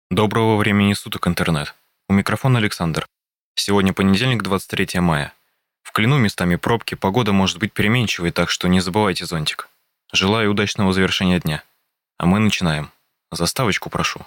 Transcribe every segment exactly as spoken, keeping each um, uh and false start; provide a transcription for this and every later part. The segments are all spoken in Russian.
Доброго времени суток, интернет. У микрофона Александр. Сегодня понедельник, двадцать третье мая. В Клину местами пробки, погода может быть переменчивой, так что не забывайте зонтик. Желаю удачного завершения дня. А мы начинаем. Заставочку прошу.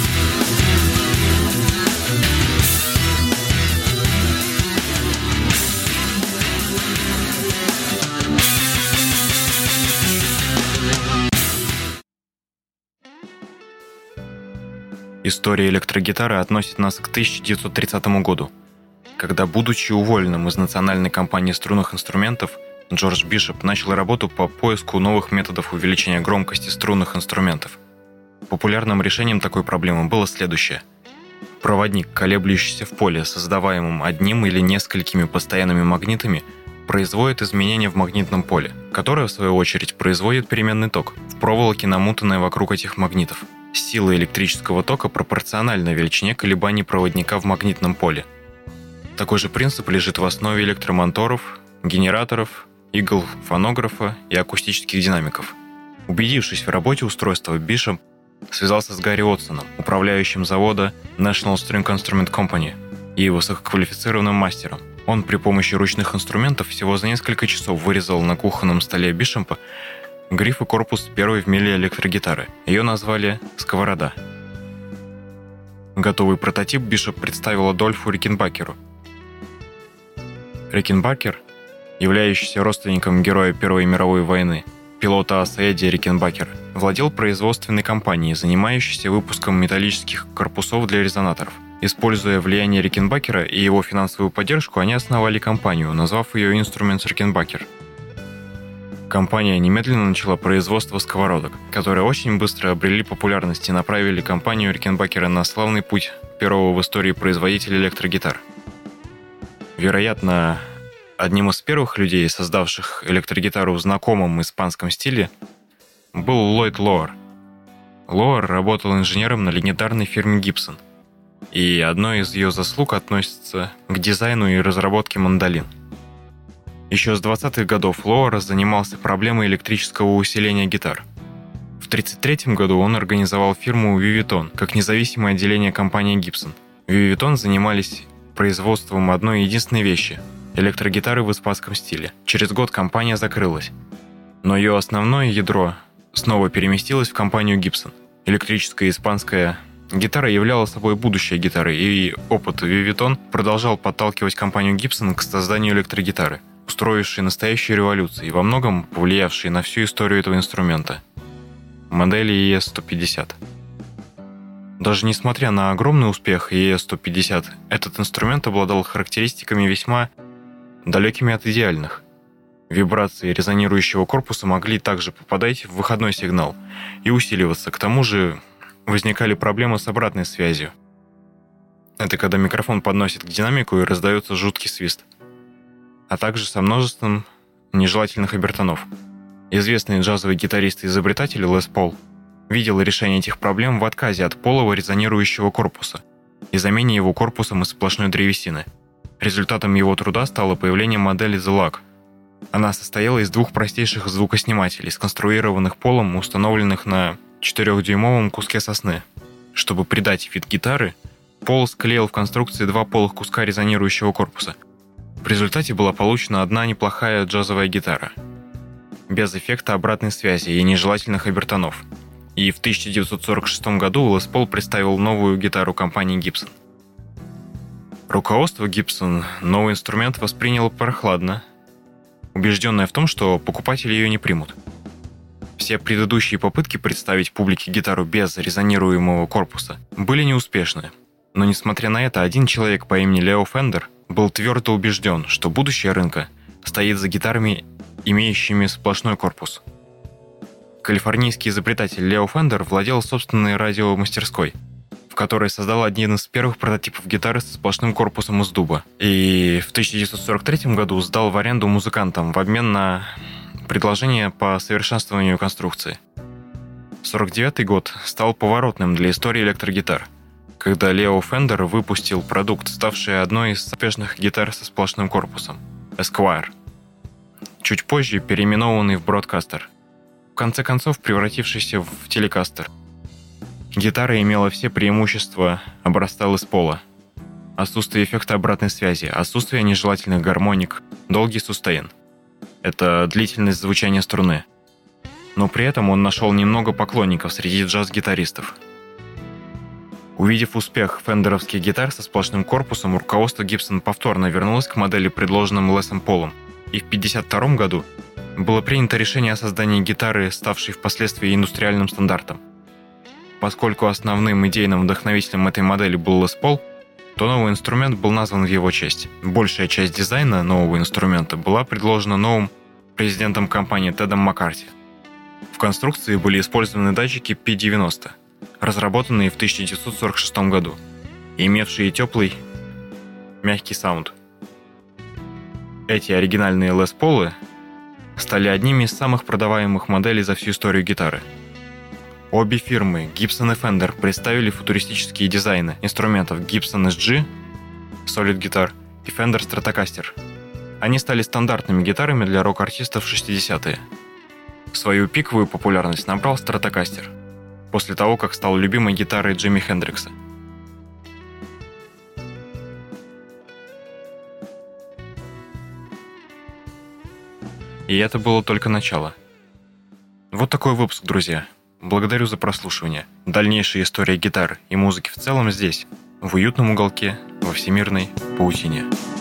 История электрогитары относит нас к тысяча девятьсот тридцатому году, когда, будучи уволенным из национальной компании струнных инструментов, Джордж Бишоп начал работу по поиску новых методов увеличения громкости струнных инструментов. Популярным решением такой проблемы было следующее. Проводник, колеблющийся в поле, создаваемом одним или несколькими постоянными магнитами, производит изменения в магнитном поле, которое, в свою очередь, производит переменный ток в проволоке, намотанной вокруг этих магнитов. Сила электрического тока пропорциональна величине колебаний проводника в магнитном поле. Такой же принцип лежит в основе электромоторов, генераторов, игл фонографа и акустических динамиков. Убедившись в работе устройства, Бишоп связался с Гарри Отсоном, управляющим завода National String Instrument Company и высококвалифицированным мастером. Он при помощи ручных инструментов всего за несколько часов вырезал на кухонном столе Бишопа гриф и корпус первой в мире электрогитары. Ее назвали «Сковорода». Готовый прототип Бишоп представил Адольфу Риккенбакеру. Риккенбакер, являющийся родственником героя Первой мировой войны, пилота аса Эдди Риккенбакера, владел производственной компанией, занимающейся выпуском металлических корпусов для резонаторов. Используя влияние Риккенбакера и его финансовую поддержку, они основали компанию, назвав ее Instruments Rickenbacker. Компания немедленно начала производство сковородок, которые очень быстро обрели популярность и направили компанию Риккенбакера на славный путь первого в истории производителя электрогитар. Вероятно, одним из первых людей, создавших электрогитару в знакомом испанском стиле, был Ллойд Лоар. Лоар работал инженером на легендарной фирме Гибсон, и одной из ее заслуг относится к дизайну и разработке мандолин. Еще с двадцатых годов Лоар занимался проблемой электрического усиления гитар. В тридцать третьем году он организовал фирму Viviton как независимое отделение компании Gibson. Viviton занимались производством одной единственной вещи – электрогитары в испанском стиле. Через год компания закрылась, но ее основное ядро снова переместилось в компанию Gibson. Электрическая испанская гитара являла собой будущее гитары, и опыт Viviton продолжал подталкивать компанию Gibson к созданию электрогитары, устроившей настоящую революцию и во многом повлиявшей на всю историю этого инструмента – модели и эс сто пятьдесят. Даже несмотря на огромный успех и эс сто пятьдесят, этот инструмент обладал характеристиками весьма далекими от идеальных. Вибрации резонирующего корпуса могли также попадать в выходной сигнал и усиливаться. К тому же возникали проблемы с обратной связью. Это когда микрофон подносит к динамику и раздается жуткий свист, а также со множеством нежелательных обертонов. Известный джазовый гитарист и изобретатель Лес Пол видел решение этих проблем в отказе от полого резонирующего корпуса и замене его корпусом из сплошной древесины. Результатом его труда стало появление модели The Lug. Она состояла из двух простейших звукоснимателей, сконструированных Полом, установленных на четырёхдюймовом куске сосны. Чтобы придать вид гитары, Пол склеил в конструкции два полых куска резонирующего корпуса. В результате была получена одна неплохая джазовая гитара, без эффекта обратной связи и нежелательных обертонов. И в тысяча девятьсот сорок шестом году Лес Пол представил новую гитару компании Gibson. Руководство Gibson новый инструмент восприняло прохладно, убежденное в том, что покупатели ее не примут. Все предыдущие попытки представить публике гитару без резонируемого корпуса были неуспешны. Но несмотря на это, один человек по имени Лео Фендер был твердо убежден, что будущее рынка стоит за гитарами, имеющими сплошной корпус. Калифорнийский изобретатель Лео Фендер владел собственной радиомастерской, в которой создал один из первых прототипов гитары со сплошным корпусом из дуба, и в тысяча девятьсот сорок третьем году сдал в аренду музыкантам в обмен на предложение по совершенствованию конструкции. сорок девятый год стал поворотным для истории электрогитар, когда Лео Фендер выпустил продукт, ставший одной из успешных гитар со сплошным корпусом – Esquire, чуть позже переименованный в Broadcaster, в конце концов превратившийся в Telecaster. Гитара имела все преимущества образца Лес Пола. Отсутствие эффекта обратной связи, отсутствие нежелательных гармоник, долгий сустейн. Это длительность звучания струны. Но при этом он нашел немного поклонников среди джаз-гитаристов. Увидев успех фендеровских гитар со сплошным корпусом, руководство Gibson повторно вернулось к модели, предложенным Лесом Полом, и в тысяча девятьсот пятьдесят втором году было принято решение о создании гитары, ставшей впоследствии индустриальным стандартом. Поскольку основным идейным вдохновителем этой модели был Лес Пол, то новый инструмент был назван в его честь. Большая часть дизайна нового инструмента была предложена новым президентом компании Тедом Маккарти. В конструкции были использованы датчики пи девяносто, разработанные в тысяча девятьсот сорок шестом году, и имевшие теплый, мягкий саунд. Эти оригинальные Лес Полы стали одними из самых продаваемых моделей за всю историю гитары. Обе фирмы, Gibson и Fender, представили футуристические дизайны инструментов Gibson эс джи, Solid Guitar и Fender Stratocaster. Они стали стандартными гитарами для рок-артистов в шестидесятые. Свою пиковую популярность набрал Stratocaster после того, как стал любимой гитарой Джимми Хендрикса. И это было только начало. Вот такой выпуск, друзья. Благодарю за прослушивание. Дальнейшая история гитар и музыки в целом здесь, в уютном уголке, во всемирной паутине.